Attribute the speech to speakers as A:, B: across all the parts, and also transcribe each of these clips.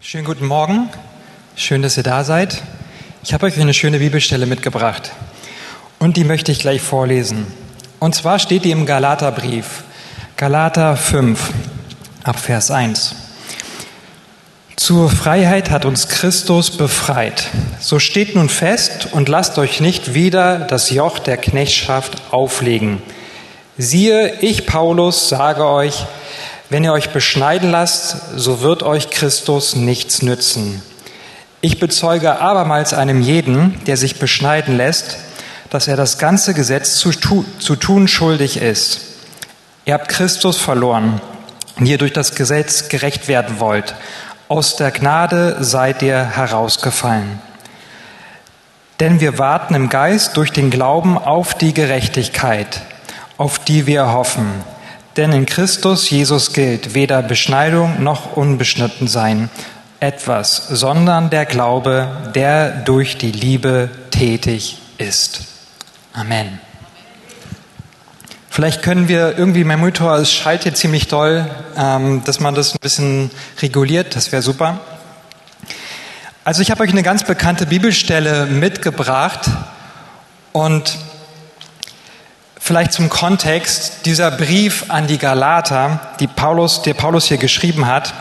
A: Schönen guten Morgen, schön, dass ihr da seid. Ich habe euch eine schöne Bibelstelle mitgebracht und die möchte ich gleich vorlesen. Und zwar steht die im Galaterbrief, Galater 5, ab Vers 1. Zur Freiheit hat uns Christus befreit. So steht nun fest und lasst euch nicht wieder das Joch der Knechtschaft auflegen. Siehe, ich, Paulus, sage euch, wenn ihr euch beschneiden lasst, so wird euch Christus nichts nützen. Ich bezeuge abermals einem jeden, der sich beschneiden lässt, dass er das ganze Gesetz zu tun schuldig ist. Ihr habt Christus verloren, die ihr durch das Gesetz gerecht werden wollt. Aus der Gnade seid ihr herausgefallen. Denn wir warten im Geist durch den Glauben auf die Gerechtigkeit, auf die wir hoffen. Denn in Christus Jesus gilt weder Beschneidung noch Unbeschnittensein etwas, sondern der Glaube, der durch die Liebe tätig ist. Amen. Vielleicht können wir irgendwie, mein Monitor, es schallt hier ziemlich doll, dass man das ein bisschen reguliert, das wäre super. Also ich habe euch eine ganz bekannte Bibelstelle mitgebracht und vielleicht zum Kontext, dieser Brief an die Galater, der Paulus hier geschrieben hat,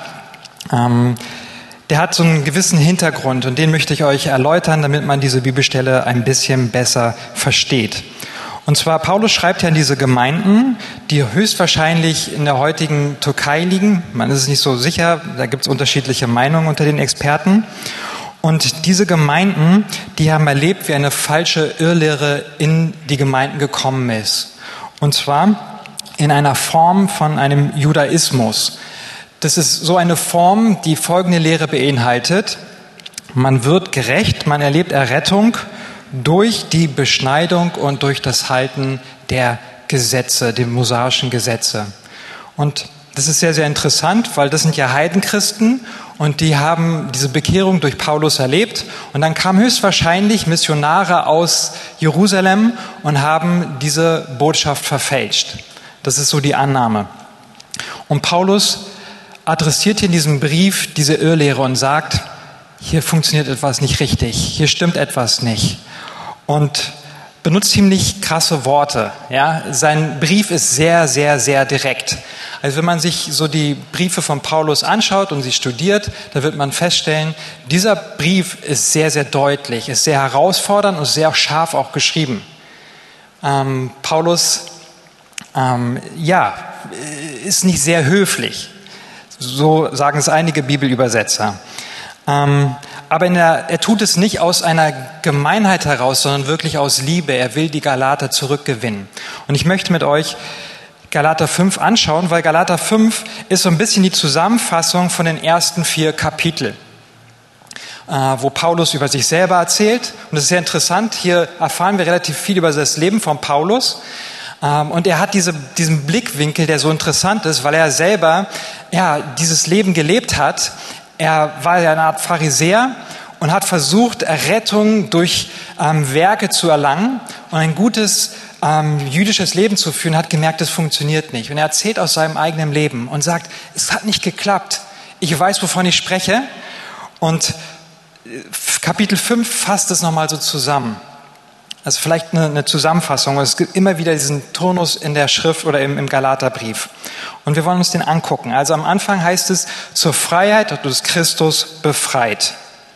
A: der hat so einen gewissen Hintergrund und den möchte ich euch erläutern, damit man diese Bibelstelle ein bisschen besser versteht. Und zwar, Paulus schreibt ja an diese Gemeinden, die höchstwahrscheinlich in der heutigen Türkei liegen. Man ist es nicht so sicher, da gibt es unterschiedliche Meinungen unter den Experten. Und diese Gemeinden, die haben erlebt, wie eine falsche Irrlehre in die Gemeinden gekommen ist. Und zwar in einer Form von einem Judaismus. Das ist so eine Form, die folgende Lehre beinhaltet. Man wird gerecht, man erlebt Errettung durch die Beschneidung und durch das Halten der Gesetze, der mosaischen Gesetze. Und das ist sehr, sehr interessant, weil das sind ja Heidenchristen und die haben diese Bekehrung durch Paulus erlebt. Und dann kamen höchstwahrscheinlich Missionare aus Jerusalem und haben diese Botschaft verfälscht. Das ist so die Annahme. Und Paulus adressiert hier in diesem Brief diese Irrlehre und sagt, hier funktioniert etwas nicht richtig, hier stimmt etwas nicht. Und benutzt ziemlich krasse Worte. Ja? Sein Brief ist sehr, sehr, sehr direkt. Also wenn man sich so die Briefe von Paulus anschaut und sie studiert, da wird man feststellen, dieser Brief ist sehr, sehr deutlich, ist sehr herausfordernd und sehr scharf auch geschrieben. Paulus, ist nicht sehr höflich. So sagen es einige Bibelübersetzer. Aber er tut es nicht aus einer Gemeinheit heraus, sondern wirklich aus Liebe. Er will die Galater zurückgewinnen. Und ich möchte mit euch Galater 5 anschauen, weil Galater 5 ist so ein bisschen die Zusammenfassung von den ersten 4 Kapiteln, wo Paulus über sich selber erzählt. Und das ist sehr interessant. Hier erfahren wir relativ viel über das Leben von Paulus. Und er hat diesen Blickwinkel, der so interessant ist, weil er selber dieses Leben gelebt hat. Er war ja eine Art Pharisäer und hat versucht, Errettung durch Werke zu erlangen und ein gutes jüdisches Leben zu führen, hat gemerkt, das funktioniert nicht. Und er erzählt aus seinem eigenen Leben und sagt, es hat nicht geklappt. Ich weiß, wovon ich spreche. Und Kapitel 5 fasst es nochmal so zusammen. Also vielleicht eine Zusammenfassung. Es gibt immer wieder diesen Turnus in der Schrift oder im Galaterbrief. Und wir wollen uns den angucken. Also am Anfang heißt es, zur Freiheit hat uns Christus befreit.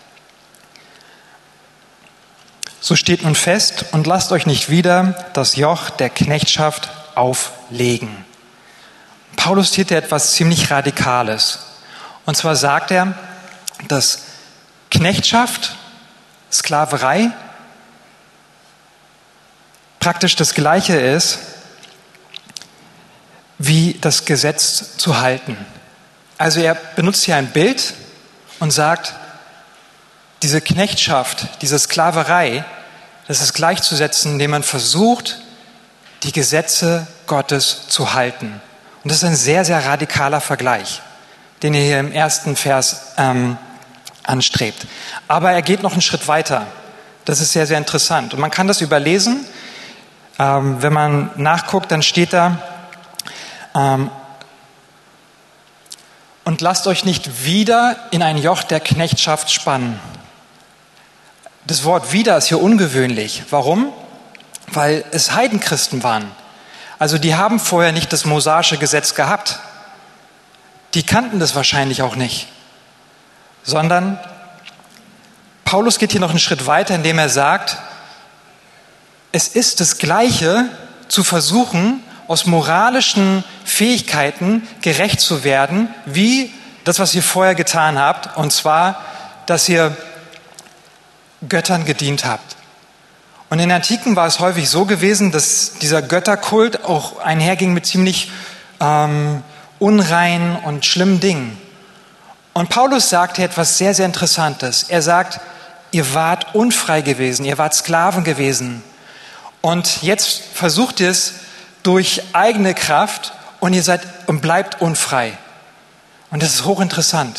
A: So steht nun fest und lasst euch nicht wieder das Joch der Knechtschaft auflegen. Paulus tut hier etwas ziemlich Radikales. Und zwar sagt er, dass Knechtschaft, Sklaverei, praktisch das Gleiche ist, wie das Gesetz zu halten. Also er benutzt hier ein Bild und sagt, diese Knechtschaft, diese Sklaverei, das ist gleichzusetzen, indem man versucht, die Gesetze Gottes zu halten. Und das ist ein sehr, sehr radikaler Vergleich, den er hier im ersten Vers anstrebt. Aber er geht noch einen Schritt weiter. Das ist sehr, sehr interessant. Und man kann das überlesen. Wenn man nachguckt, dann steht da, Und lasst euch nicht wieder in ein Joch der Knechtschaft spannen. Das Wort wieder ist hier ungewöhnlich. Warum? Weil es Heidenchristen waren. Also die haben vorher nicht das mosaische Gesetz gehabt. Die kannten das wahrscheinlich auch nicht. Sondern Paulus geht hier noch einen Schritt weiter, indem er sagt, es ist das Gleiche, zu versuchen, aus moralischen Fähigkeiten gerecht zu werden, wie das, was ihr vorher getan habt, und zwar, dass ihr Göttern gedient habt. Und in der Antiken war es häufig so gewesen, dass dieser Götterkult auch einherging mit ziemlich unreinen und schlimmen Dingen. Und Paulus sagt hier etwas sehr, sehr Interessantes. Er sagt, ihr wart unfrei gewesen, ihr wart Sklaven gewesen. Und jetzt versucht ihr es durch eigene Kraft und ihr seid und bleibt unfrei. Und das ist hochinteressant.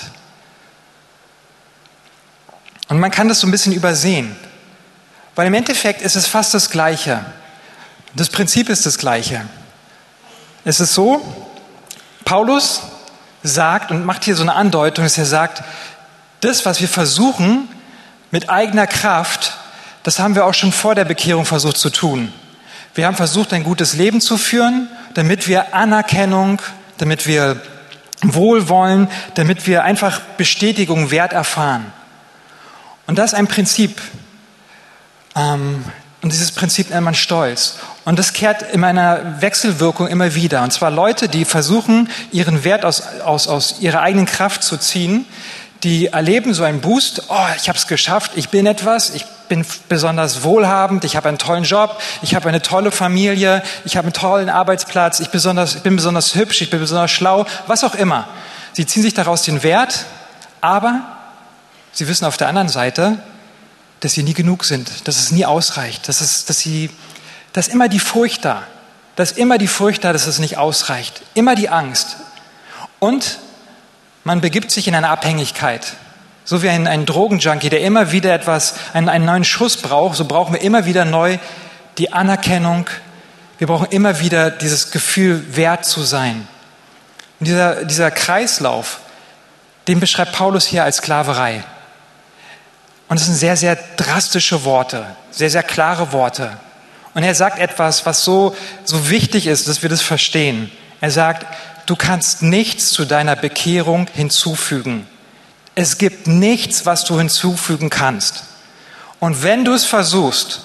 A: Und man kann das so ein bisschen übersehen. Weil im Endeffekt ist es fast das Gleiche. Das Prinzip ist das Gleiche. Es ist so, Paulus sagt und macht hier so eine Andeutung, dass er sagt, das, was wir versuchen mit eigener Kraft, das haben wir auch schon vor der Bekehrung versucht zu tun. Wir haben versucht, ein gutes Leben zu führen, damit wir Anerkennung, damit wir Wohlwollen, damit wir einfach Bestätigung, Wert erfahren. Und das ist ein Prinzip. Und dieses Prinzip nennt man Stolz. Und das kehrt in einer Wechselwirkung immer wieder. Und zwar Leute, die versuchen, ihren Wert aus ihrer eigenen Kraft zu ziehen, die erleben so einen Boost. Oh, ich habe es geschafft, ich bin etwas, ich bin besonders wohlhabend, ich habe einen tollen Job, ich habe eine tolle Familie, ich habe einen tollen Arbeitsplatz, ich bin besonders hübsch, ich bin besonders schlau, was auch immer. Sie ziehen sich daraus den Wert, aber sie wissen auf der anderen Seite, dass sie nie genug sind, dass es nie ausreicht, dass immer die Furcht da, dass es nicht ausreicht, immer die Angst. Und man begibt sich in eine Abhängigkeit. So wie ein Drogenjunkie, der immer wieder einen neuen Schuss braucht, so brauchen wir immer wieder neu die Anerkennung. Wir brauchen immer wieder dieses Gefühl, wert zu sein. Und dieser Kreislauf, den beschreibt Paulus hier als Sklaverei. Und es sind sehr, sehr drastische Worte, sehr, sehr klare Worte. Und er sagt etwas, was so wichtig ist, dass wir das verstehen. Er sagt, du kannst nichts zu deiner Bekehrung hinzufügen. Es gibt nichts, was du hinzufügen kannst. Und wenn du es versuchst,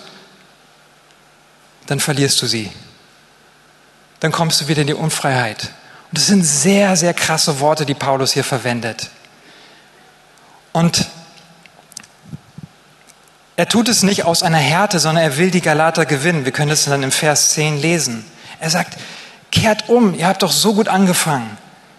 A: dann verlierst du sie. Dann kommst du wieder in die Unfreiheit. Und das sind sehr, sehr krasse Worte, die Paulus hier verwendet. Und er tut es nicht aus einer Härte, sondern er will die Galater gewinnen. Wir können das dann im Vers 10 lesen. Er sagt, kehrt um, ihr habt doch so gut angefangen.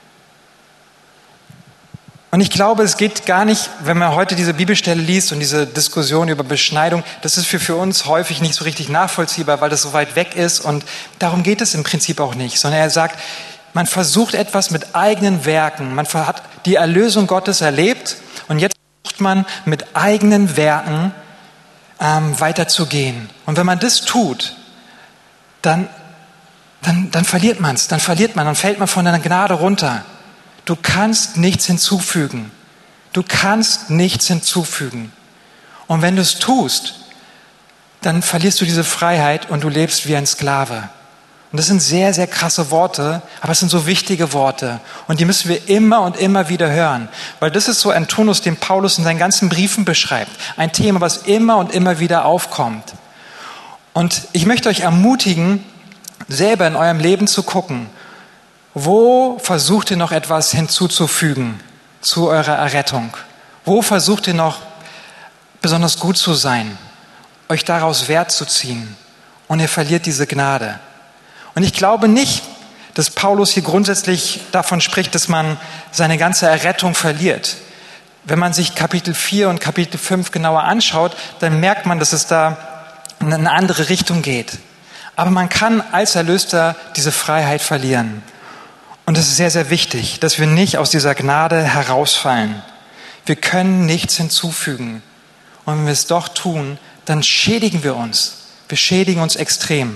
A: Und ich glaube, es geht gar nicht, wenn man heute diese Bibelstelle liest und diese Diskussion über Beschneidung, das ist für uns häufig nicht so richtig nachvollziehbar, weil das so weit weg ist. Und darum geht es im Prinzip auch nicht, sondern er sagt, man versucht etwas mit eigenen Werken. Man hat die Erlösung Gottes erlebt und jetzt versucht man mit eigenen Werken weiterzugehen. Und wenn man das tut, dann verliert man es, dann fällt man von der Gnade runter. Du kannst nichts hinzufügen. Du kannst nichts hinzufügen. Und wenn du es tust, dann verlierst du diese Freiheit und du lebst wie ein Sklave. Und das sind sehr, sehr krasse Worte, aber es sind so wichtige Worte. Und die müssen wir immer und immer wieder hören. Weil das ist so ein Tonus, den Paulus in seinen ganzen Briefen beschreibt. Ein Thema, was immer und immer wieder aufkommt. Und ich möchte euch ermutigen, selber in eurem Leben zu gucken, wo versucht ihr noch etwas hinzuzufügen zu eurer Errettung? Wo versucht ihr noch besonders gut zu sein, euch daraus Wert zu ziehen? Und ihr verliert diese Gnade. Und ich glaube nicht, dass Paulus hier grundsätzlich davon spricht, dass man seine ganze Errettung verliert. Wenn man sich Kapitel 4 und Kapitel 5 genauer anschaut, dann merkt man, dass es da in eine andere Richtung geht. Aber man kann als Erlöster diese Freiheit verlieren. Und es ist sehr, sehr wichtig, dass wir nicht aus dieser Gnade herausfallen. Wir können nichts hinzufügen. Und wenn wir es doch tun, dann schädigen wir uns. Wir schädigen uns extrem.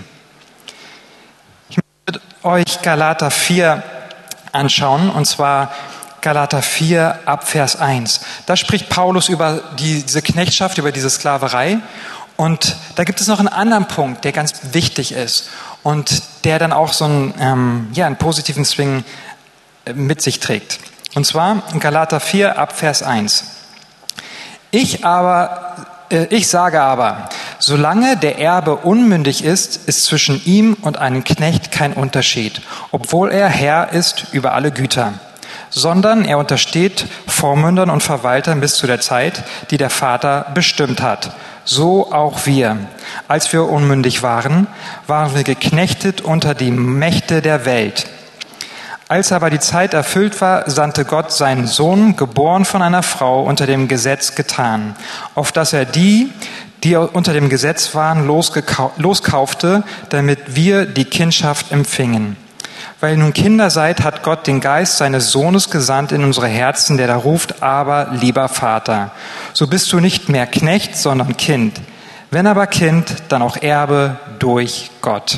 A: Ich möchte euch Galater 4 anschauen, und zwar Galater 4 ab Vers 1. Da spricht Paulus über diese Knechtschaft, über diese Sklaverei. Und da gibt es noch einen anderen Punkt, der ganz wichtig ist und der dann auch so einen positiven Swing mit sich trägt. Und zwar in Galater 4 ab Vers 1. Ich sage aber, solange der Erbe unmündig ist, ist zwischen ihm und einem Knecht kein Unterschied, obwohl er Herr ist über alle Güter, sondern er untersteht Vormündern und Verwaltern bis zu der Zeit, die der Vater bestimmt hat. So auch wir. Als wir unmündig waren, waren wir geknechtet unter die Mächte der Welt. Als aber die Zeit erfüllt war, sandte Gott seinen Sohn, geboren von einer Frau, unter dem Gesetz getan, auf dass er die unter dem Gesetz waren, loskaufte, damit wir die Kindschaft empfingen. Weil ihr nun Kinder seid, hat Gott den Geist seines Sohnes gesandt in unsere Herzen, der da ruft, aber lieber Vater. So bist du nicht mehr Knecht, sondern Kind. Wenn aber Kind, dann auch Erbe durch Gott.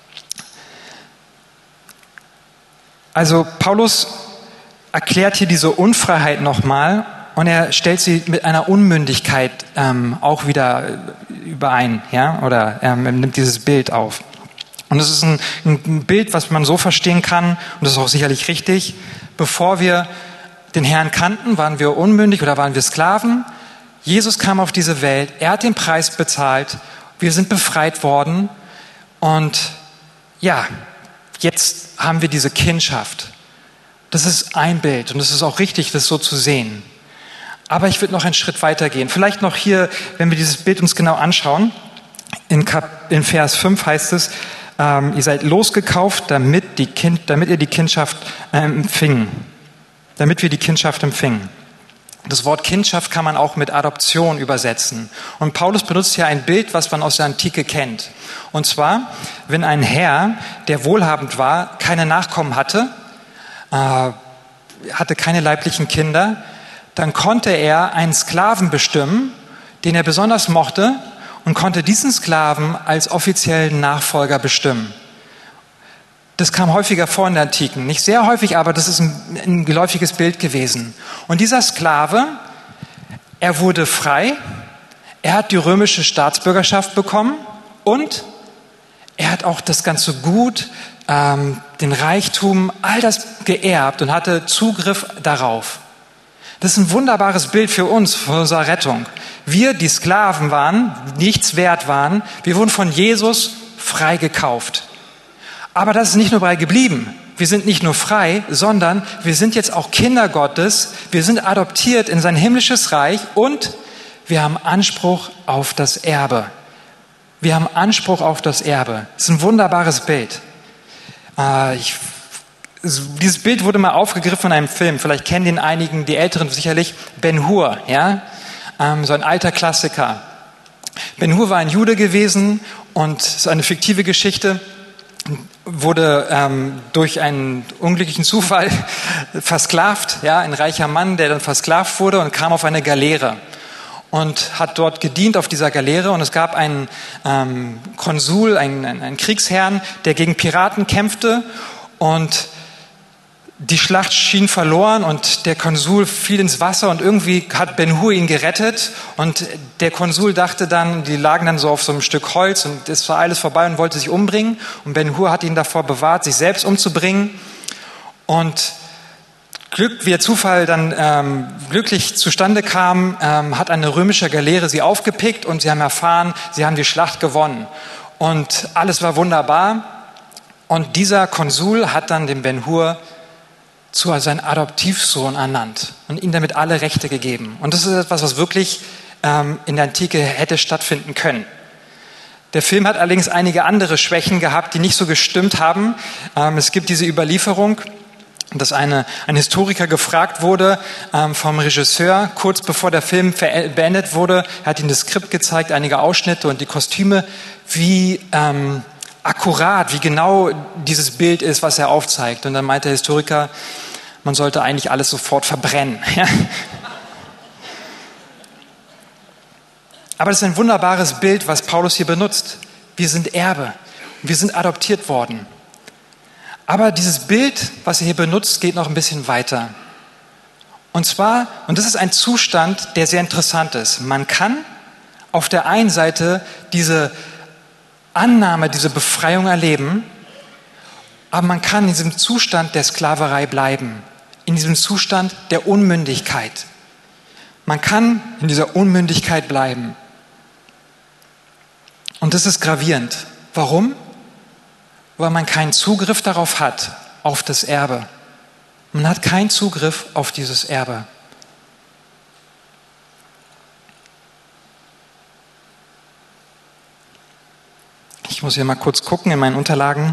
A: Also Paulus erklärt hier diese Unfreiheit nochmal und er stellt sie mit einer Unmündigkeit auch wieder überein, ja, oder nimmt dieses Bild auf. Und es ist ein Bild, was man so verstehen kann, und das ist auch sicherlich richtig, bevor wir den Herrn kannten, waren wir unmündig oder waren wir Sklaven. Jesus kam auf diese Welt, er hat den Preis bezahlt, wir sind befreit worden und ja, jetzt haben wir diese Kindschaft. Das ist ein Bild und es ist auch richtig, das so zu sehen. Aber ich würde noch einen Schritt weiter gehen. Vielleicht noch hier, wenn wir dieses Bild uns genau anschauen, in Vers 5 heißt es, ihr seid losgekauft, damit ihr die Kindschaft empfingen. Damit wir die Kindschaft empfingen. Das Wort Kindschaft kann man auch mit Adoption übersetzen. Und Paulus benutzt hier ein Bild, was man aus der Antike kennt. Und zwar, wenn ein Herr, der wohlhabend war, keine Nachkommen hatte keine leiblichen Kinder, dann konnte er einen Sklaven bestimmen, den er besonders mochte, und konnte diesen Sklaven als offiziellen Nachfolger bestimmen. Das kam häufiger vor in der Antiken. Nicht sehr häufig, aber das ist ein geläufiges Bild gewesen. Und dieser Sklave, er wurde frei, er hat die römische Staatsbürgerschaft bekommen und er hat auch das ganze Gut, den Reichtum, all das geerbt und hatte Zugriff darauf. Das ist ein wunderbares Bild für uns, für unsere Rettung. Wir, die Sklaven waren, nichts wert waren, wir wurden von Jesus freigekauft. Aber das ist nicht nur dabei geblieben. Wir sind nicht nur frei, sondern wir sind jetzt auch Kinder Gottes. Wir sind adoptiert in sein himmlisches Reich und wir haben Anspruch auf das Erbe. Wir haben Anspruch auf das Erbe. Das ist ein wunderbares Bild. Dieses Bild wurde mal aufgegriffen in einem Film. Vielleicht kennen den einigen, die Älteren sicherlich. Ben-Hur, ja, so ein alter Klassiker. Ben-Hur war ein Jude gewesen und es ist eine fiktive Geschichte. Wurde durch einen unglücklichen Zufall versklavt, ja, ein reicher Mann, der dann versklavt wurde und kam auf eine Galeere und hat dort gedient auf dieser Galeere. Und es gab einen Konsul, einen Kriegsherrn, der gegen Piraten kämpfte und die Schlacht schien verloren und der Konsul fiel ins Wasser und irgendwie hat Ben-Hur ihn gerettet und der Konsul dachte dann, die lagen dann so auf so einem Stück Holz und es war alles vorbei und wollte sich umbringen und Ben-Hur hat ihn davor bewahrt, sich selbst umzubringen und wie der Zufall dann glücklich zustande kam, hat eine römische Galeere sie aufgepickt und sie haben erfahren, sie haben die Schlacht gewonnen und alles war wunderbar und dieser Konsul hat dann dem Ben-Hur zu seinem Adoptivsohn ernannt und ihm damit alle Rechte gegeben. Und das ist etwas, was wirklich in der Antike hätte stattfinden können. Der Film hat allerdings einige andere Schwächen gehabt, die nicht so gestimmt haben. Es gibt diese Überlieferung, dass ein Historiker gefragt wurde vom Regisseur, kurz bevor der Film beendet wurde. Er hat ihm das Skript gezeigt, einige Ausschnitte und die Kostüme, wie akkurat, wie genau dieses Bild ist, was er aufzeigt. Und dann meinte der Historiker, man sollte eigentlich alles sofort verbrennen. Ja? Aber das ist ein wunderbares Bild, was Paulus hier benutzt. Wir sind Erbe. Wir sind adoptiert worden. Aber dieses Bild, was er hier benutzt, geht noch ein bisschen weiter. Und zwar, und das ist ein Zustand, der sehr interessant ist. Man kann auf der einen Seite diese Annahme, diese Befreiung erleben, aber man kann in diesem Zustand der Sklaverei bleiben, in diesem Zustand der Unmündigkeit. Man kann in dieser Unmündigkeit bleiben. Und das ist gravierend. Warum? Weil man keinen Zugriff darauf hat, auf das Erbe. Man hat keinen Zugriff auf dieses Erbe. Ich muss hier mal kurz gucken in meinen Unterlagen.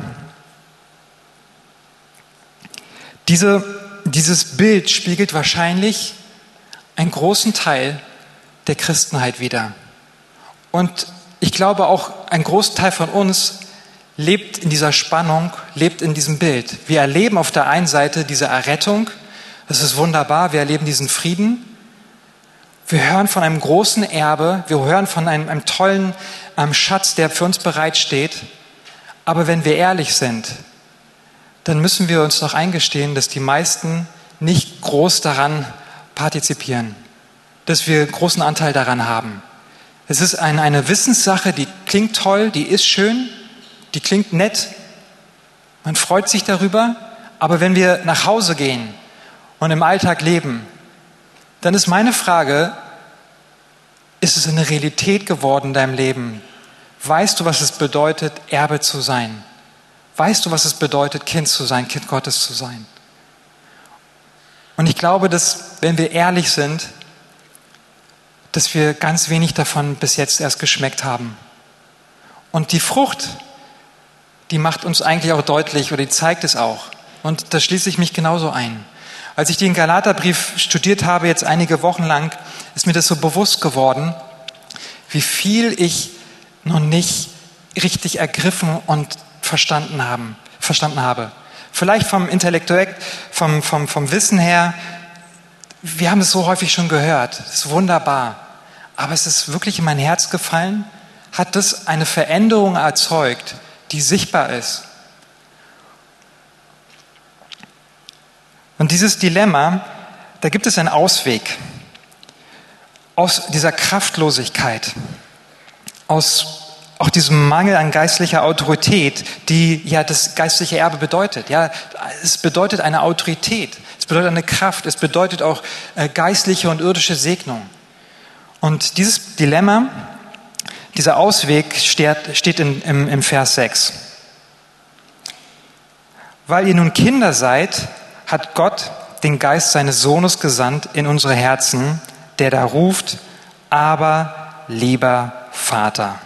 A: Dieses Bild spiegelt wahrscheinlich einen großen Teil der Christenheit wider. Und ich glaube auch, ein großer Teil von uns lebt in dieser Spannung, lebt in diesem Bild. Wir erleben auf der einen Seite diese Errettung, das ist wunderbar, wir erleben diesen Frieden. Wir hören von einem großen Erbe, wir hören von einem tollen Schatz, der für uns bereitsteht. Aber wenn wir ehrlich sind, dann müssen wir uns doch eingestehen, dass die meisten nicht groß daran partizipieren, dass wir großen Anteil daran haben. Es ist eine Wissenssache, die klingt toll, die ist schön, die klingt nett, man freut sich darüber, aber wenn wir nach Hause gehen und im Alltag leben, dann ist meine Frage, ist es eine Realität geworden in deinem Leben? Weißt du, was es bedeutet, Erbe zu sein? Weißt du, was es bedeutet, Kind zu sein, Kind Gottes zu sein? Und ich glaube, dass, wenn wir ehrlich sind, dass wir ganz wenig davon bis jetzt erst geschmeckt haben. Und die Frucht, die macht uns eigentlich auch deutlich oder die zeigt es auch. Und da schließe ich mich genauso ein. Als ich den Galaterbrief studiert habe, jetzt einige Wochen lang, ist mir das so bewusst geworden, wie viel ich noch nicht richtig ergriffen und verstanden habe. Vielleicht vom Intellekt, vom Wissen her, wir haben es so häufig schon gehört, das ist wunderbar. Aber es ist wirklich in mein Herz gefallen, hat das eine Veränderung erzeugt, die sichtbar ist. Und dieses Dilemma, da gibt es einen Ausweg aus dieser Kraftlosigkeit, aus auch diesem Mangel an geistlicher Autorität, die ja das geistliche Erbe bedeutet. Ja, es bedeutet eine Autorität, es bedeutet eine Kraft, es bedeutet auch geistliche und irdische Segnung. Und dieses Dilemma, dieser Ausweg steht im Vers 6. Weil ihr nun Kinder seid, hat Gott den Geist seines Sohnes gesandt in unsere Herzen, der da ruft, aber lieber Vater.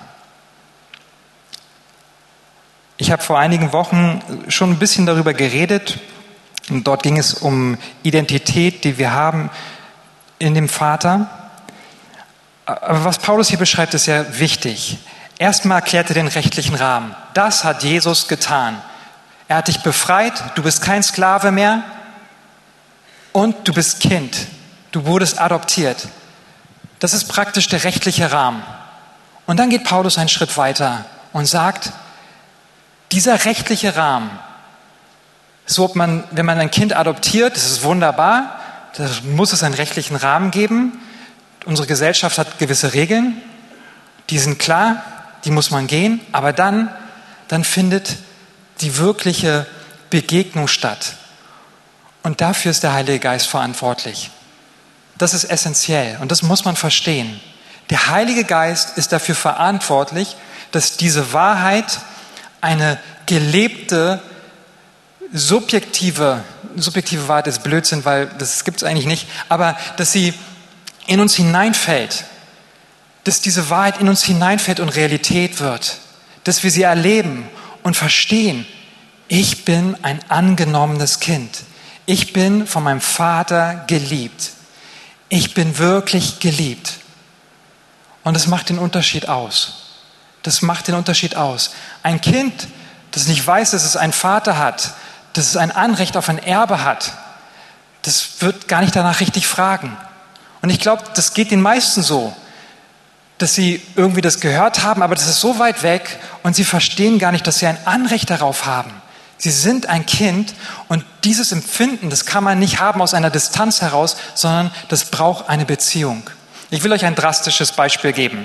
A: Ich habe vor einigen Wochen schon ein bisschen darüber geredet. Und dort ging es um Identität, die wir haben in dem Vater. Aber was Paulus hier beschreibt, ist ja wichtig. Erstmal erklärt er den rechtlichen Rahmen. Das hat Jesus getan. Er hat dich befreit, du bist kein Sklave mehr und du bist Kind. Du wurdest adoptiert. Das ist praktisch der rechtliche Rahmen. Und dann geht Paulus einen Schritt weiter und sagt, dieser rechtliche Rahmen, so wenn man ein Kind adoptiert, das ist wunderbar, da muss es einen rechtlichen Rahmen geben. Unsere Gesellschaft hat gewisse Regeln, die sind klar, die muss man gehen, aber dann findet die wirkliche Begegnung statt. Und dafür ist der Heilige Geist verantwortlich. Das ist essentiell und das muss man verstehen. Der Heilige Geist ist dafür verantwortlich, dass diese Wahrheit eine gelebte, subjektive Wahrheit ist Blödsinn, weil das gibt es eigentlich nicht, aber dass sie in uns hineinfällt, dass diese Wahrheit in uns hineinfällt und Realität wird, dass wir sie erleben und verstehen, ich bin ein angenommenes Kind, ich bin von meinem Vater geliebt, ich bin wirklich geliebt und das macht den Unterschied aus. Das macht den Unterschied aus. Ein Kind, das nicht weiß, dass es einen Vater hat, dass es ein Anrecht auf ein Erbe hat, das wird gar nicht danach richtig fragen. Und ich glaube, das geht den meisten so, dass sie irgendwie das gehört haben, aber das ist so weit weg und sie verstehen gar nicht, dass sie ein Anrecht darauf haben. Sie sind ein Kind und dieses Empfinden, das kann man nicht haben aus einer Distanz heraus, sondern das braucht eine Beziehung. Ich will euch ein drastisches Beispiel geben.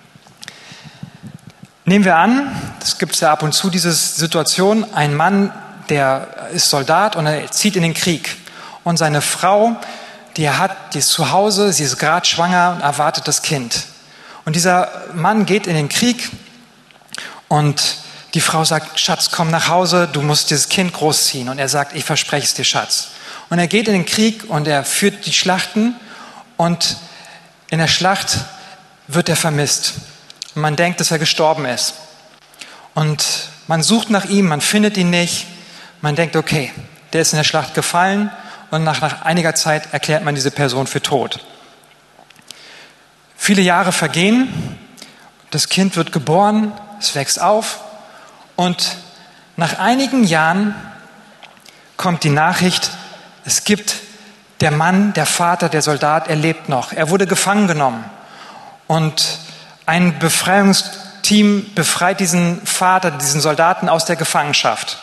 A: Nehmen wir an, das gibt es ja ab und zu, diese Situation, ein Mann, der ist Soldat und er zieht in den Krieg. Und seine Frau, die ist zu Hause, sie ist gerade schwanger und erwartet das Kind. Und dieser Mann geht in den Krieg und die Frau sagt, Schatz, komm nach Hause, du musst dieses Kind großziehen. Und er sagt, ich verspreche es dir, Schatz. Und er geht in den Krieg und er führt die Schlachten und in der Schlacht wird er vermisst. Und man denkt, dass er gestorben ist. Und man sucht nach ihm, man findet ihn nicht. Man denkt, okay, der ist in der Schlacht gefallen und nach einiger Zeit erklärt man diese Person für tot. Viele Jahre vergehen, das Kind wird geboren, es wächst auf und nach einigen Jahren kommt die Nachricht, es gibt der Mann, der Vater, der Soldat, er lebt noch. Er wurde gefangen genommen und ein Befreiungsteam befreit diesen Vater, diesen Soldaten aus der Gefangenschaft.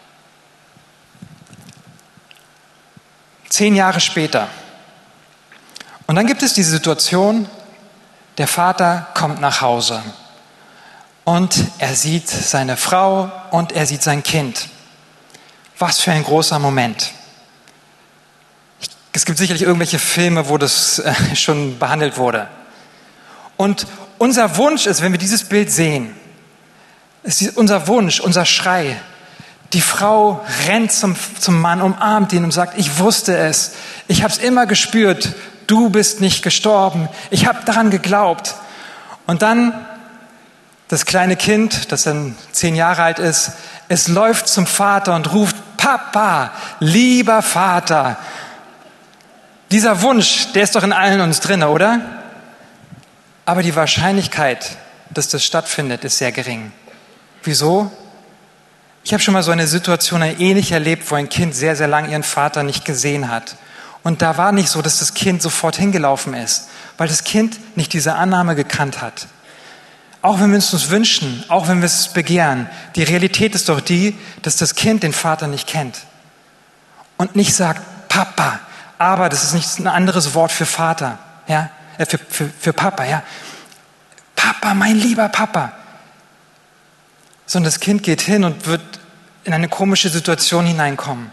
A: 10 Jahre später. Und dann gibt es diese Situation, der Vater kommt nach Hause und er sieht seine Frau und er sieht sein Kind. Was für ein großer Moment. Es gibt sicherlich irgendwelche Filme, wo das schon behandelt wurde. Und unser Wunsch ist, wenn wir dieses Bild sehen, ist unser Wunsch, unser Schrei, die Frau rennt zum Mann, umarmt ihn und sagt, ich wusste es, ich habe es immer gespürt, du bist nicht gestorben, ich habe daran geglaubt. Und dann das kleine Kind, das dann 10 Jahre alt ist, es läuft zum Vater und ruft, Papa, lieber Vater. Dieser Wunsch, der ist doch in allen uns drin, oder? Aber die Wahrscheinlichkeit, dass das stattfindet, ist sehr gering. Wieso? Ich habe schon mal so eine Situation ähnlich erlebt, wo ein Kind sehr, sehr lange ihren Vater nicht gesehen hat. Und da war nicht so, dass das Kind sofort hingelaufen ist, weil das Kind nicht diese Annahme gekannt hat. Auch wenn wir es uns wünschen, auch wenn wir es begehren, die Realität ist doch die, dass das Kind den Vater nicht kennt. Und nicht sagt, Papa, aber das ist nicht ein anderes Wort für Vater, ja, für Papa, ja. Papa, mein lieber Papa. Sondern das Kind geht hin und wird in eine komische Situation hineinkommen.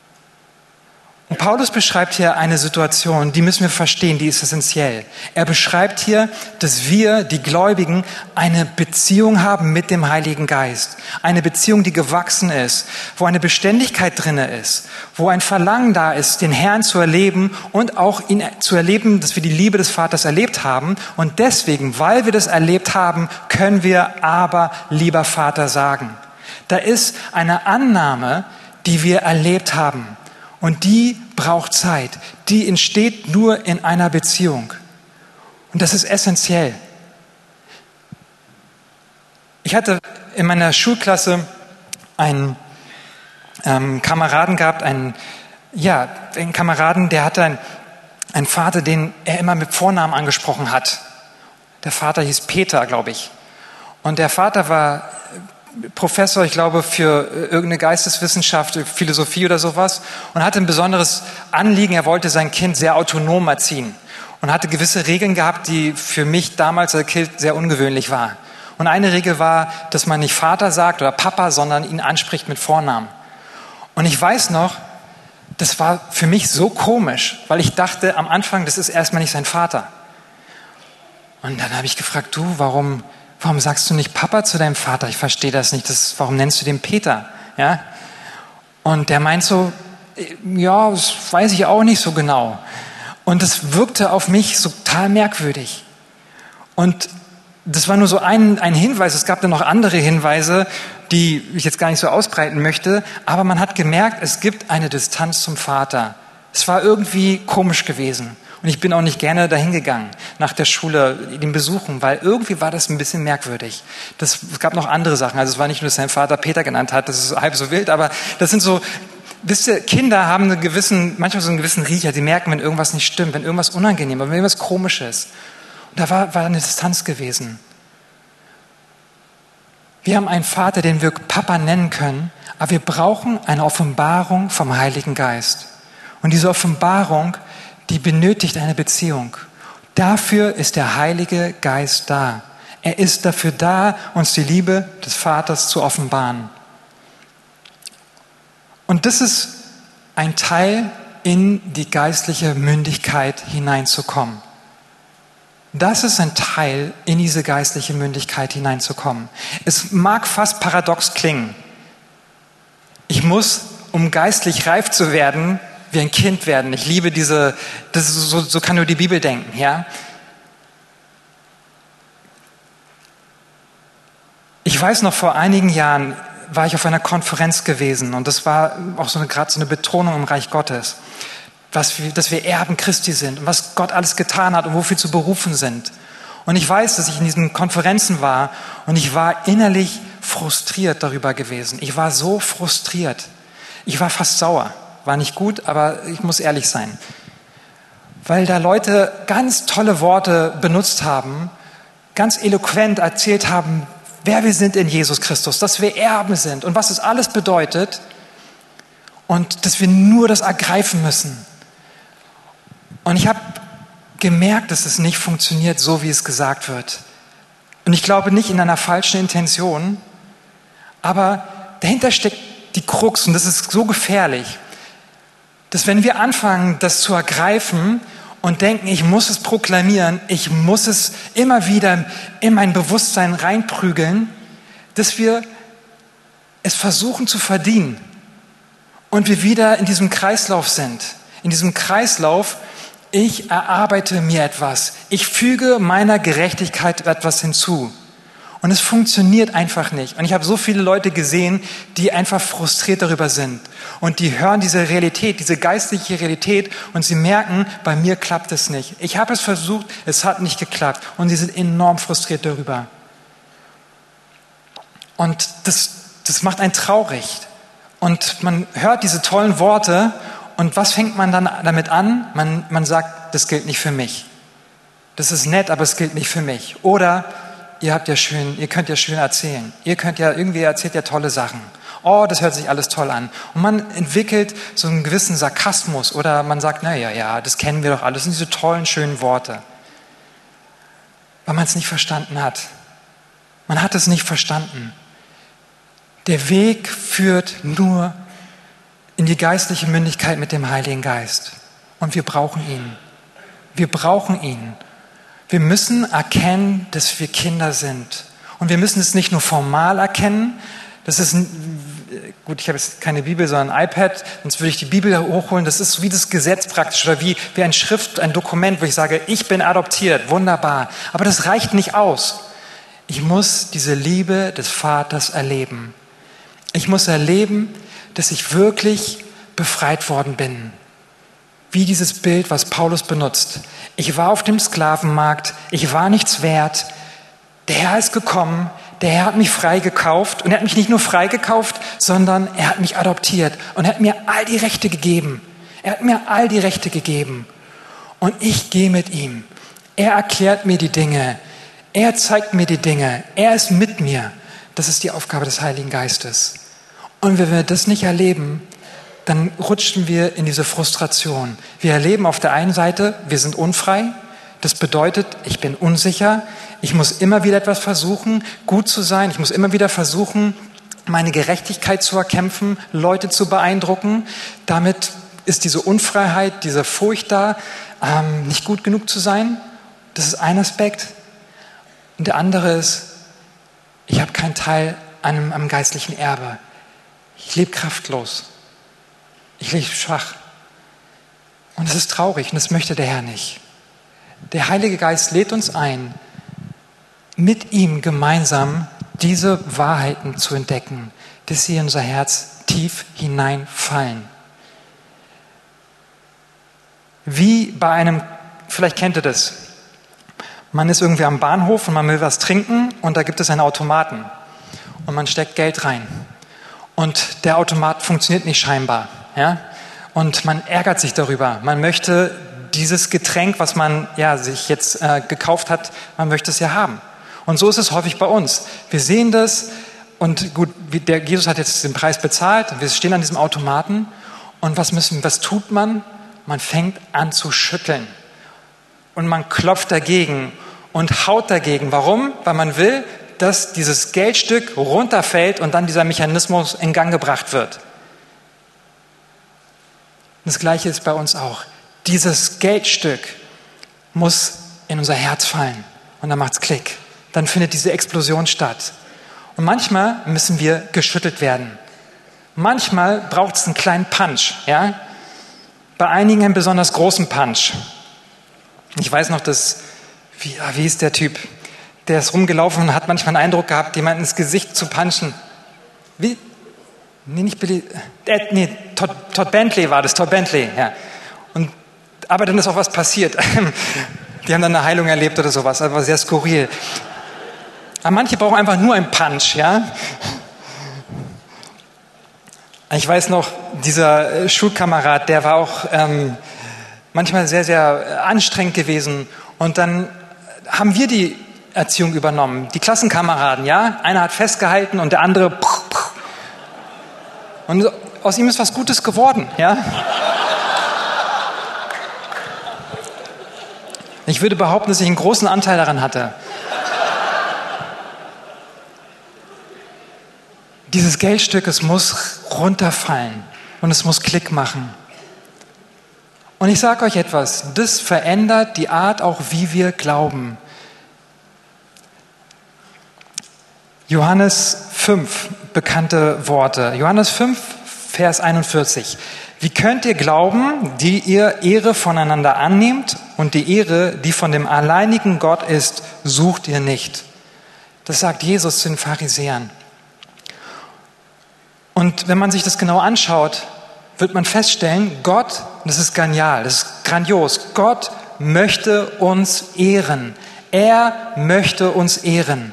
A: Und Paulus beschreibt hier eine Situation, die müssen wir verstehen, die ist essentiell. Er beschreibt hier, dass wir, die Gläubigen, eine Beziehung haben mit dem Heiligen Geist. Eine Beziehung, die gewachsen ist, wo eine Beständigkeit drinne ist, wo ein Verlangen da ist, den Herrn zu erleben und auch ihn zu erleben, dass wir die Liebe des Vaters erlebt haben. Und deswegen, weil wir das erlebt haben, können wir aber, lieber Vater, sagen. Da ist eine Annahme, die wir erlebt haben. Und die braucht Zeit. Die entsteht nur in einer Beziehung. Und das ist essentiell. Ich hatte in meiner Schulklasse einen Kameraden gehabt, einen Kameraden, der hatte einen Vater, den er immer mit Vornamen angesprochen hat. Der Vater hieß Peter, glaube ich. Und der Vater war Professor, ich glaube, für irgendeine Geisteswissenschaft, Philosophie oder sowas und hatte ein besonderes Anliegen. Er wollte sein Kind sehr autonom erziehen und hatte gewisse Regeln gehabt, die für mich damals als Kind sehr ungewöhnlich waren. Und eine Regel war, dass man nicht Vater sagt oder Papa, sondern ihn anspricht mit Vornamen. Und ich weiß noch, das war für mich so komisch, weil ich dachte am Anfang, das ist erstmal nicht sein Vater. Und dann habe ich gefragt, du, warum sagst du nicht Papa zu deinem Vater? Ich verstehe das nicht. Warum nennst du den Peter? Ja? Und der meint so, ja, das weiß ich auch nicht so genau. Und das wirkte auf mich so total merkwürdig. Und das war nur so ein Hinweis. Es gab dann noch andere Hinweise, die ich jetzt gar nicht so ausbreiten möchte. Aber man hat gemerkt, es gibt eine Distanz zum Vater. Es war irgendwie komisch gewesen. Und ich bin auch nicht gerne dahin gegangen, nach der Schule, den besuchen, weil irgendwie war das ein bisschen merkwürdig. Es gab noch andere Sachen. Also es war nicht nur, dass sein Vater Peter genannt hat, das ist halb so wild, aber das sind so, wisst ihr, Kinder haben manchmal so einen gewissen Riecher, die merken, wenn irgendwas nicht stimmt, wenn irgendwas unangenehm ist, wenn irgendwas komisch ist. Und da war eine Distanz gewesen. Wir haben einen Vater, den wir Papa nennen können, aber wir brauchen eine Offenbarung vom Heiligen Geist. Und diese Offenbarung, die benötigt eine Beziehung. Dafür ist der Heilige Geist da. Er ist dafür da, uns die Liebe des Vaters zu offenbaren. Und das ist ein Teil, in die geistliche Mündigkeit hineinzukommen. Das ist ein Teil, in diese geistliche Mündigkeit hineinzukommen. Es mag fast paradox klingen. Ich muss, um geistlich reif zu werden, wie ein Kind werden. Ich liebe so kann nur die Bibel denken, ja. Ich weiß noch, vor einigen Jahren war ich auf einer Konferenz gewesen und das war auch gerade so eine Betonung im Reich Gottes, dass wir Erben Christi sind und was Gott alles getan hat und wofür wir zu berufen sind. Und ich weiß, dass ich in diesen Konferenzen war und ich war innerlich frustriert darüber gewesen. Ich war so frustriert. Ich war fast sauer. War nicht gut, aber ich muss ehrlich sein. Weil da Leute ganz tolle Worte benutzt haben, ganz eloquent erzählt haben, wer wir sind in Jesus Christus, dass wir Erben sind und was es alles bedeutet und dass wir nur das ergreifen müssen. Und ich habe gemerkt, dass es nicht funktioniert, so wie es gesagt wird. Und ich glaube nicht in einer falschen Intention, aber dahinter steckt die Krux und das ist so gefährlich, dass wenn wir anfangen, das zu ergreifen und denken, ich muss es proklamieren, ich muss es immer wieder in mein Bewusstsein reinprügeln, dass wir es versuchen zu verdienen und wir wieder in diesem Kreislauf sind. In diesem Kreislauf, ich erarbeite mir etwas, ich füge meiner Gerechtigkeit etwas hinzu. Und es funktioniert einfach nicht. Und ich habe so viele Leute gesehen, die einfach frustriert darüber sind. Und die hören diese Realität, diese geistliche Realität und sie merken, bei mir klappt es nicht. Ich habe es versucht, es hat nicht geklappt. Und sie sind enorm frustriert darüber. Und das macht einen traurig. Und man hört diese tollen Worte und was fängt man dann damit an? Man sagt, das gilt nicht für mich. Das ist nett, aber es gilt nicht für mich. Oder ihr könnt ja schön erzählen. Irgendwie erzählt ja tolle Sachen. Oh, das hört sich alles toll an. Und man entwickelt so einen gewissen Sarkasmus oder man sagt, ja, das kennen wir doch alles. Das sind diese tollen, schönen Worte. Weil man es nicht verstanden hat. Man hat es nicht verstanden. Der Weg führt nur in die geistliche Mündigkeit mit dem Heiligen Geist. Und wir brauchen ihn. Wir brauchen ihn. Wir müssen erkennen, dass wir Kinder sind. Und wir müssen es nicht nur formal erkennen. Das ist, gut, ich habe jetzt keine Bibel, sondern ein iPad. Sonst würde ich die Bibel hochholen. Das ist wie das Gesetz praktisch oder wie ein Dokument, wo ich sage, ich bin adoptiert. Wunderbar. Aber das reicht nicht aus. Ich muss diese Liebe des Vaters erleben. Ich muss erleben, dass ich wirklich befreit worden bin. Wie dieses Bild, was Paulus benutzt. Ich war auf dem Sklavenmarkt, ich war nichts wert. Der Herr ist gekommen, der Herr hat mich freigekauft und er hat mich nicht nur freigekauft, sondern er hat mich adoptiert und er hat mir all die Rechte gegeben. Er hat mir all die Rechte gegeben und ich gehe mit ihm. Er erklärt mir die Dinge, er zeigt mir die Dinge, er ist mit mir. Das ist die Aufgabe des Heiligen Geistes. Und wenn wir das nicht erleben, dann rutschen wir in diese Frustration. Wir erleben auf der einen Seite, wir sind unfrei. Das bedeutet, ich bin unsicher. Ich muss immer wieder etwas versuchen, gut zu sein. Ich muss immer wieder versuchen, meine Gerechtigkeit zu erkämpfen, Leute zu beeindrucken. Damit ist diese Unfreiheit, diese Furcht da, nicht gut genug zu sein. Das ist ein Aspekt. Und der andere ist, ich habe keinen Teil am geistlichen Erbe. Ich lebe kraftlos. Ich lebe schwach. Und es ist traurig und das möchte der Herr nicht. Der Heilige Geist lädt uns ein, mit ihm gemeinsam diese Wahrheiten zu entdecken, dass sie in unser Herz tief hineinfallen. Wie bei vielleicht kennt ihr das, man ist irgendwie am Bahnhof und man will was trinken und da gibt es einen Automaten und man steckt Geld rein. Und der Automat funktioniert nicht scheinbar. Ja? Und man ärgert sich darüber. Man möchte dieses Getränk, was man sich jetzt gekauft hat, man möchte es ja haben. Und so ist es häufig bei uns. Wir sehen das Und gut, Jesus hat jetzt den Preis bezahlt, wir stehen an diesem Automaten und was tut man? Man fängt an zu schütteln und man klopft dagegen und haut dagegen. Warum? Weil man will, dass dieses Geldstück runterfällt und dann dieser Mechanismus in Gang gebracht wird. Das Gleiche ist bei uns auch. Dieses Geldstück muss in unser Herz fallen und dann macht's Klick. Dann findet diese Explosion statt. Und manchmal müssen wir geschüttelt werden. Manchmal braucht es einen kleinen Punch. Ja? Bei einigen einen besonders großen Punch. Ich weiß noch, wie ist der Typ? Der ist rumgelaufen und hat manchmal den Eindruck gehabt, jemanden ins Gesicht zu punchen. Wie? Nee, nicht Billy. Todd Bentley war das, Todd Bentley. Ja. Aber dann ist auch was passiert. Die haben dann eine Heilung erlebt oder sowas. Das war sehr skurril. Aber manche brauchen einfach nur einen Punch, ja. Ich weiß noch, dieser Schulkamerad, der war auch manchmal sehr, sehr anstrengend gewesen. Und dann haben wir die Erziehung übernommen. Die Klassenkameraden, ja. Einer hat festgehalten und der andere. Und aus ihm ist was Gutes geworden, ja. Ich würde behaupten, dass ich einen großen Anteil daran hatte. Dieses Geldstück, es muss runterfallen und es muss Klick machen. Und ich sage euch etwas, das verändert die Art auch, wie wir glauben. Johannes 5, bekannte Worte. Johannes 5, Vers 41. Wie könnt ihr glauben, die ihr Ehre voneinander annehmt und die Ehre, die von dem alleinigen Gott ist, sucht ihr nicht? Das sagt Jesus zu den Pharisäern. Und wenn man sich das genau anschaut, wird man feststellen, Gott, das ist genial, das ist grandios, Gott möchte uns ehren. Er möchte uns ehren.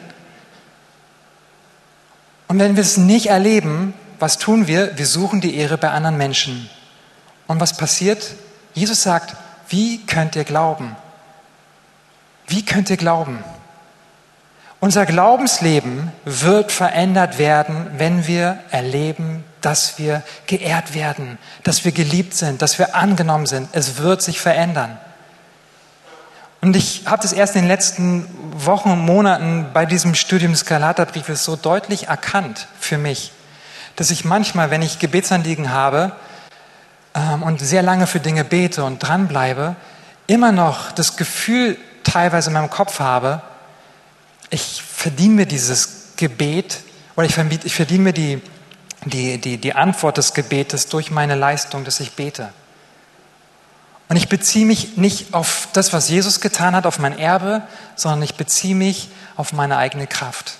A: Und wenn wir es nicht erleben, was tun wir? Wir suchen die Ehre bei anderen Menschen. Und was passiert? Jesus sagt, wie könnt ihr glauben? Wie könnt ihr glauben? Unser Glaubensleben wird verändert werden, wenn wir erleben, dass wir geehrt werden, dass wir geliebt sind, dass wir angenommen sind. Es wird sich verändern. Und ich habe das erst in den letzten Wochen und Monaten bei diesem Studium des Galaterbriefes so deutlich erkannt für mich, dass ich manchmal, wenn ich Gebetsanliegen habe und sehr lange für Dinge bete und dranbleibe, immer noch das Gefühl teilweise in meinem Kopf habe, ich verdiene mir dieses Gebet oder ich verdiene mir die Antwort des Gebetes durch meine Leistung, dass ich bete. Und ich beziehe mich nicht auf das, was Jesus getan hat, auf mein Erbe, sondern ich beziehe mich auf meine eigene Kraft.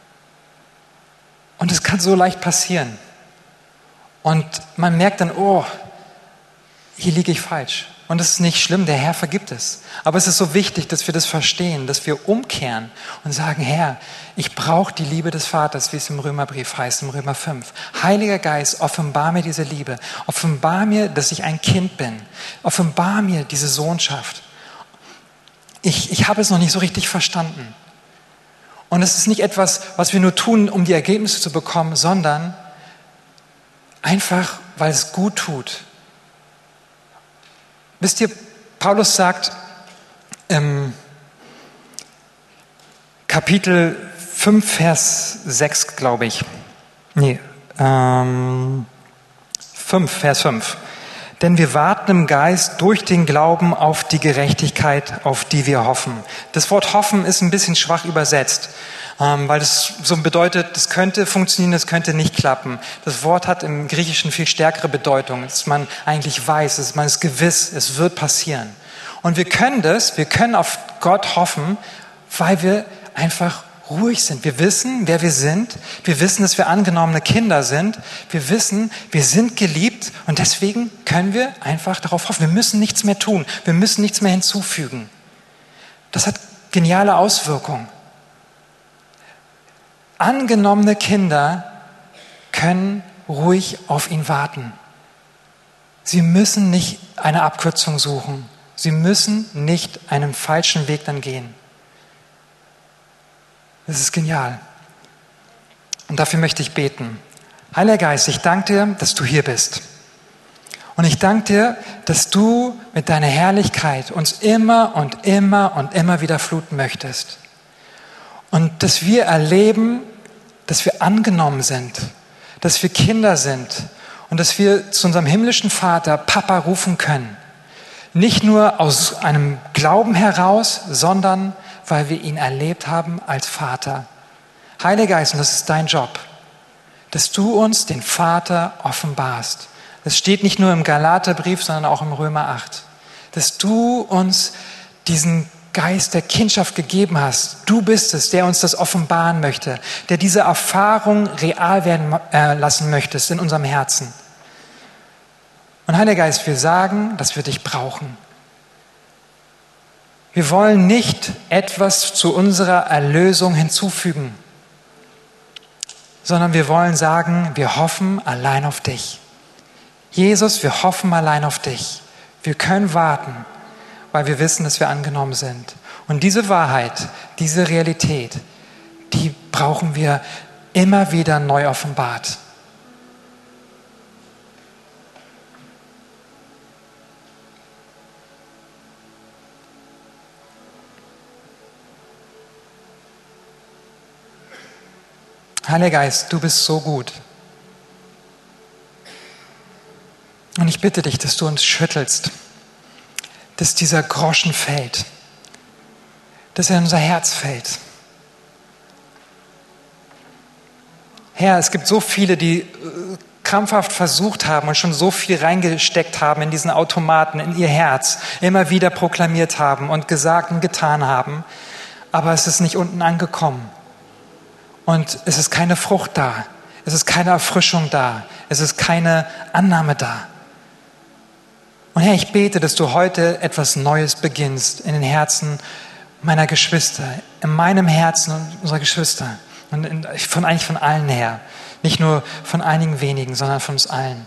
A: Und es kann so leicht passieren. Und man merkt dann, oh, hier liege ich falsch. Und es ist nicht schlimm, der Herr vergibt es. Aber es ist so wichtig, dass wir das verstehen, dass wir umkehren und sagen, Herr, ich brauche die Liebe des Vaters, wie es im Römerbrief heißt, im Römer 5. Heiliger Geist, offenbar mir diese Liebe. Offenbar mir, dass ich ein Kind bin. Offenbar mir diese Sohnschaft. Ich habe es noch nicht so richtig verstanden. Und es ist nicht etwas, was wir nur tun, um die Ergebnisse zu bekommen, sondern einfach, weil es gut tut. Wisst ihr, Paulus sagt im Kapitel 5, Vers 6, glaube ich. 5, Vers 5. Denn wir warten im Geist durch den Glauben auf die Gerechtigkeit, auf die wir hoffen. Das Wort hoffen ist ein bisschen schwach übersetzt, weil das so bedeutet, das könnte funktionieren, das könnte nicht klappen. Das Wort hat im Griechischen viel stärkere Bedeutung, dass man eigentlich weiß, dass man ist gewiss, es wird passieren. Und wir können auf Gott hoffen, weil wir einfach ruhig sind. Wir wissen, wer wir sind. Wir wissen, dass wir angenommene Kinder sind. Wir wissen, wir sind geliebt und deswegen können wir einfach darauf hoffen. Wir müssen nichts mehr tun. Wir müssen nichts mehr hinzufügen. Das hat geniale Auswirkungen. Angenommene Kinder können ruhig auf ihn warten. Sie müssen nicht eine Abkürzung suchen. Sie müssen nicht einen falschen Weg dann gehen. Das ist genial. Und dafür möchte ich beten. Heiliger Geist, ich danke dir, dass du hier bist. Und ich danke dir, dass du mit deiner Herrlichkeit uns immer und immer und immer wieder fluten möchtest. Und dass wir erleben, dass wir angenommen sind, dass wir Kinder sind und dass wir zu unserem himmlischen Vater Papa rufen können. Nicht nur aus einem Glauben heraus, sondern weil wir ihn erlebt haben als Vater. Heiliger Geist, und das ist dein Job, dass du uns den Vater offenbarst. Das steht nicht nur im Galaterbrief, sondern auch im Römer 8. Dass du uns diesen Geist der Kindschaft gegeben hast. Du bist es, der uns das offenbaren möchte, der diese Erfahrung real werden lassen möchtest in unserem Herzen. Und Heiliger Geist, wir sagen, dass wir dich brauchen. Wir wollen nicht etwas zu unserer Erlösung hinzufügen, sondern wir wollen sagen, wir hoffen allein auf dich. Jesus, wir hoffen allein auf dich. Wir können warten, weil wir wissen, dass wir angenommen sind. Und diese Wahrheit, diese Realität, die brauchen wir immer wieder neu offenbart. Heiliger Geist, du bist so gut. Und ich bitte dich, dass du uns schüttelst, dass dieser Groschen fällt, dass er in unser Herz fällt. Herr, es gibt so viele, die krampfhaft versucht haben und schon so viel reingesteckt haben in diesen Automaten, in ihr Herz, immer wieder proklamiert haben und gesagt und getan haben, aber es ist nicht unten angekommen. Und es ist keine Frucht da, es ist keine Erfrischung da, es ist keine Annahme da. Und Herr, ich bete, dass du heute etwas Neues beginnst in den Herzen meiner Geschwister, in meinem Herzen und unserer Geschwister. Und eigentlich von allen her. Nicht nur von einigen wenigen, sondern von uns allen.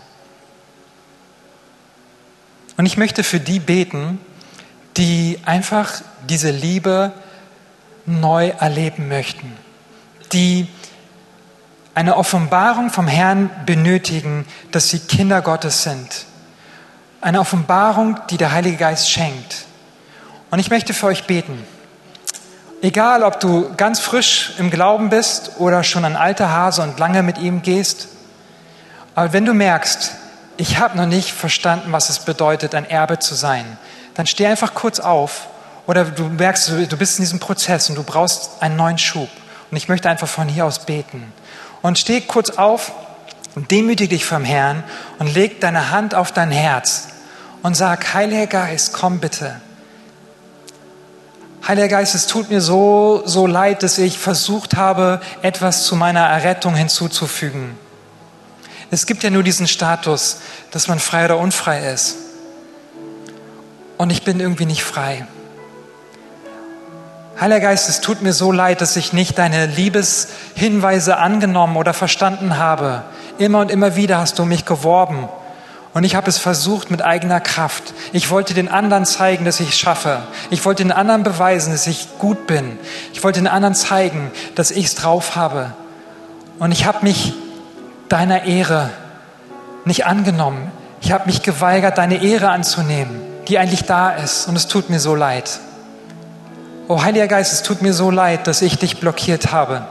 A: Und ich möchte für die beten, die einfach diese Liebe neu erleben möchten. Die eine Offenbarung vom Herrn benötigen, dass sie Kinder Gottes sind. Eine Offenbarung, die der Heilige Geist schenkt. Und ich möchte für euch beten. Egal, ob du ganz frisch im Glauben bist oder schon ein alter Hase und lange mit ihm gehst. Aber wenn du merkst, ich habe noch nicht verstanden, was es bedeutet, ein Erbe zu sein, dann steh einfach kurz auf. Oder du merkst, du bist in diesem Prozess und du brauchst einen neuen Schub. Und ich möchte einfach von hier aus beten. Und steh kurz auf und demütige dich vom Herrn und leg deine Hand auf dein Herz und sag, Heiliger Geist, komm bitte. Heiliger Geist, es tut mir so leid, dass ich versucht habe, etwas zu meiner Errettung hinzuzufügen. Es gibt ja nur diesen Status, dass man frei oder unfrei ist. Und ich bin irgendwie nicht frei. Heiliger Geist, es tut mir so leid, dass ich nicht deine Liebeshinweise angenommen oder verstanden habe. Immer und immer wieder hast du mich geworben. Und ich habe es versucht mit eigener Kraft. Ich wollte den anderen zeigen, dass ich es schaffe. Ich wollte den anderen beweisen, dass ich gut bin. Ich wollte den anderen zeigen, dass ich es drauf habe. Und ich habe mich deiner Ehre nicht angenommen. Ich habe mich geweigert, deine Ehre anzunehmen, die eigentlich da ist. Und es tut mir so leid. Oh Heiliger Geist, es tut mir so leid, dass ich dich blockiert habe.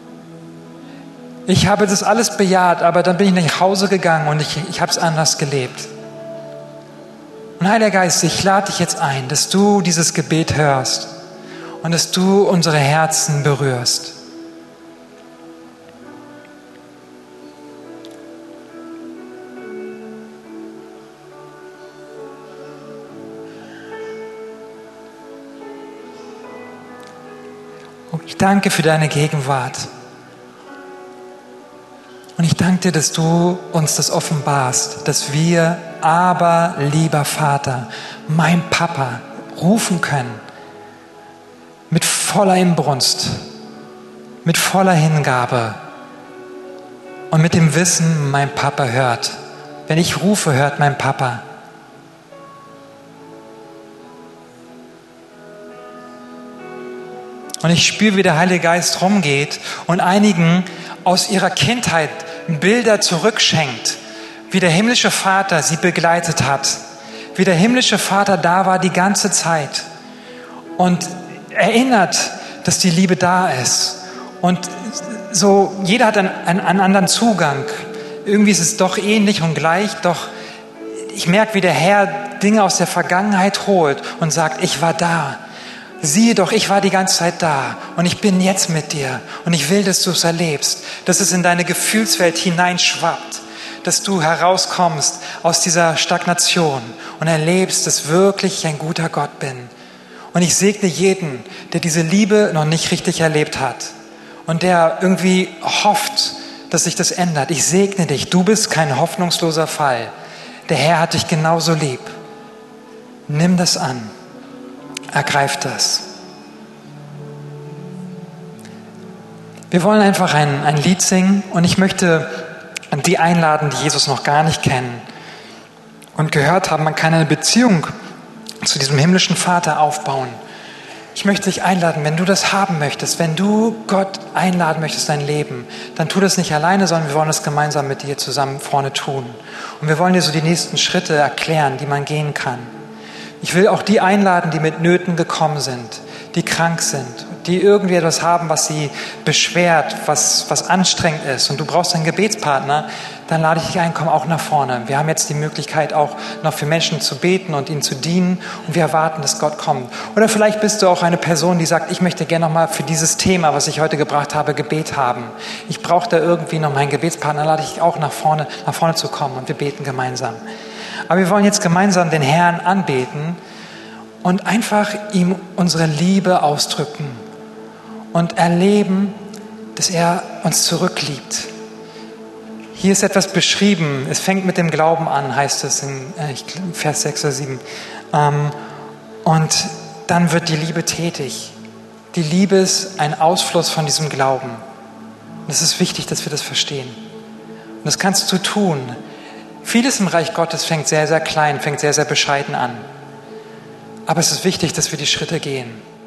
A: Ich habe das alles bejaht, aber dann bin ich nach Hause gegangen und ich habe es anders gelebt. Und Heiliger Geist, ich lade dich jetzt ein, dass du dieses Gebet hörst und dass du unsere Herzen berührst. Und ich danke für deine Gegenwart. Und ich danke dir, dass du uns das offenbarst, dass wir, aber lieber Vater, mein Papa, rufen können. Mit voller Inbrunst, mit voller Hingabe und mit dem Wissen, mein Papa hört. Wenn ich rufe, hört mein Papa. Und ich spüre, wie der Heilige Geist rumgeht und einigen aus ihrer Kindheit Bilder zurückschenkt, wie der himmlische Vater sie begleitet hat, wie der himmlische Vater da war die ganze Zeit und erinnert, dass die Liebe da ist. Und so, jeder hat einen anderen Zugang. Irgendwie ist es doch ähnlich und gleich, doch ich merke, wie der Herr Dinge aus der Vergangenheit holt und sagt, ich war da. Siehe doch, ich war die ganze Zeit da und ich bin jetzt mit dir und ich will, dass du es erlebst, dass es in deine Gefühlswelt hineinschwappt, dass du herauskommst aus dieser Stagnation und erlebst, dass wirklich ich ein guter Gott bin. Und ich segne jeden, der diese Liebe noch nicht richtig erlebt hat und der irgendwie hofft, dass sich das ändert. Ich segne dich, du bist kein hoffnungsloser Fall. Der Herr hat dich genauso lieb. Nimm das an. Ergreif das. Wir wollen einfach ein Lied singen und ich möchte die einladen, die Jesus noch gar nicht kennen und gehört haben, man kann eine Beziehung zu diesem himmlischen Vater aufbauen. Ich möchte dich einladen, wenn du das haben möchtest, wenn du Gott einladen möchtest, dein Leben, dann tu das nicht alleine, sondern wir wollen das gemeinsam mit dir zusammen vorne tun. Und wir wollen dir so die nächsten Schritte erklären, die man gehen kann. Ich will auch die einladen, die mit Nöten gekommen sind, die krank sind, die irgendwie etwas haben, was sie beschwert, was anstrengend ist und du brauchst einen Gebetspartner, dann lade ich dich ein, komm auch nach vorne. Wir haben jetzt die Möglichkeit auch noch für Menschen zu beten und ihnen zu dienen und wir erwarten, dass Gott kommt. Oder vielleicht bist du auch eine Person, die sagt, ich möchte gerne nochmal für dieses Thema, was ich heute gebracht habe, Gebet haben. Ich brauche da irgendwie noch meinen Gebetspartner, dann lade ich dich auch nach vorne zu kommen und wir beten gemeinsam. Aber wir wollen jetzt gemeinsam den Herrn anbeten und einfach ihm unsere Liebe ausdrücken und erleben, dass er uns zurückliebt. Hier ist etwas beschrieben. Es fängt mit dem Glauben an, heißt es in Vers 6 oder 7. Und dann wird die Liebe tätig. Die Liebe ist ein Ausfluss von diesem Glauben. Und es ist wichtig, dass wir das verstehen. Und das kannst du tun. Vieles im Reich Gottes fängt sehr, sehr klein, fängt sehr, sehr bescheiden an. Aber es ist wichtig, dass wir die Schritte gehen.